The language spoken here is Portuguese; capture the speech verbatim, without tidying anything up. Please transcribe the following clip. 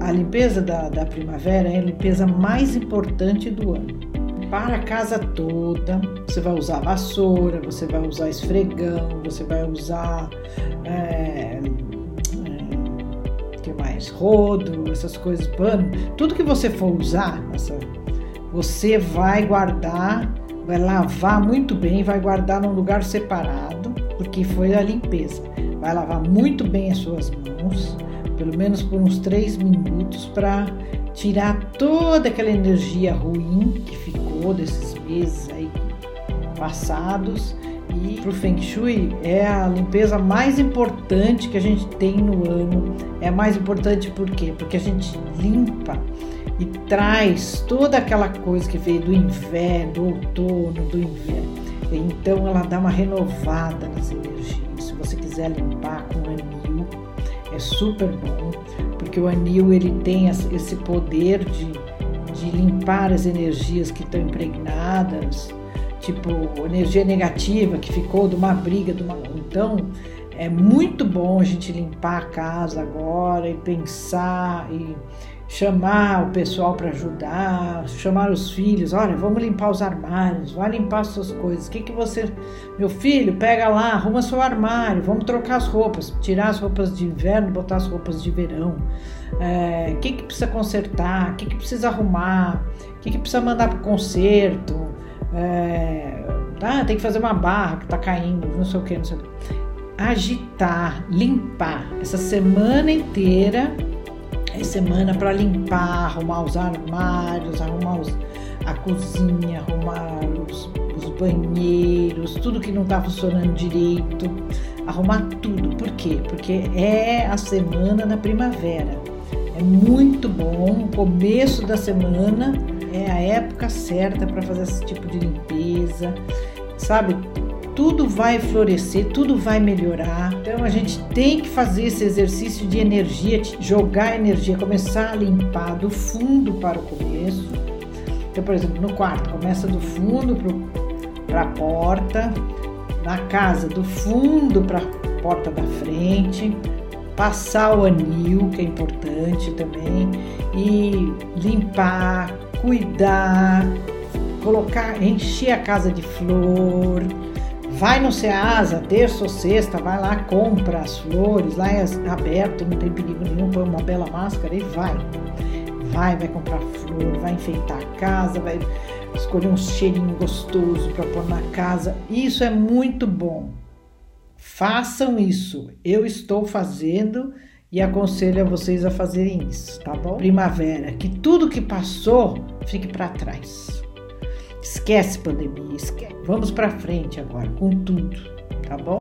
a limpeza da, da primavera é a limpeza mais importante do ano. Para a casa toda, você vai usar vassoura, você vai usar esfregão, você vai usar é, é, que mais? Rodo, essas coisas, pano, tudo que você for usar, essa, você vai guardar, vai lavar muito bem, vai guardar num lugar separado, porque foi a limpeza. Vai lavar muito bem as suas mãos, pelo menos por uns três minutos, para tirar toda aquela energia ruim que ficou desses meses aí passados. E para o Feng Shui é a limpeza mais importante que a gente tem no ano. É mais importante por quê? Porque a gente limpa e traz toda aquela coisa que veio do inverno, do outono, do inverno. Então ela dá uma renovada nas energias. Se você quiser limpar com anil, é super bom, porque o anil ele tem esse poder de, de limpar as energias que estão impregnadas, tipo energia negativa que ficou de uma briga, de uma... Então é muito bom a gente limpar a casa agora e pensar e chamar o pessoal para ajudar, chamar os filhos, olha, vamos limpar os armários, vai limpar as suas coisas, o que que você, meu filho, pega lá, arruma seu armário, vamos trocar as roupas, tirar as roupas de inverno, botar as roupas de verão, é, o que que precisa consertar, o que que precisa arrumar, o que que precisa mandar para o conserto, é, ah, tem que fazer uma barra que está caindo, não sei o que, não sei o que. Agitar, limpar, essa semana inteira, é semana para limpar, arrumar os armários, arrumar os, a cozinha, arrumar os, os banheiros, tudo que não está funcionando direito, arrumar tudo. Por quê? Porque é a semana da primavera. É muito bom, o começo da semana é a época certa para fazer esse tipo de limpeza, sabe? Tudo vai florescer, tudo vai melhorar. Então a gente tem que fazer esse exercício de energia, jogar energia, começar a limpar do fundo para o começo. Então, por exemplo, no quarto, começa do fundo para a porta, na casa, do fundo para a porta da frente, passar o anil, que é importante também, e limpar, cuidar, colocar, encher a casa de flor. Vai no Ceasa, terça ou sexta, vai lá, compra as flores, lá é aberto, não tem perigo nenhum, põe uma bela máscara e vai. Vai, vai comprar flor, vai enfeitar a casa, vai escolher um cheirinho gostoso para pôr na casa. Isso é muito bom. Façam isso. Eu estou fazendo e aconselho a vocês a fazerem isso, tá bom? Primavera, que tudo que passou fique para trás. Esquece pandemia, esquece. Vamos para frente agora com tudo, tá bom?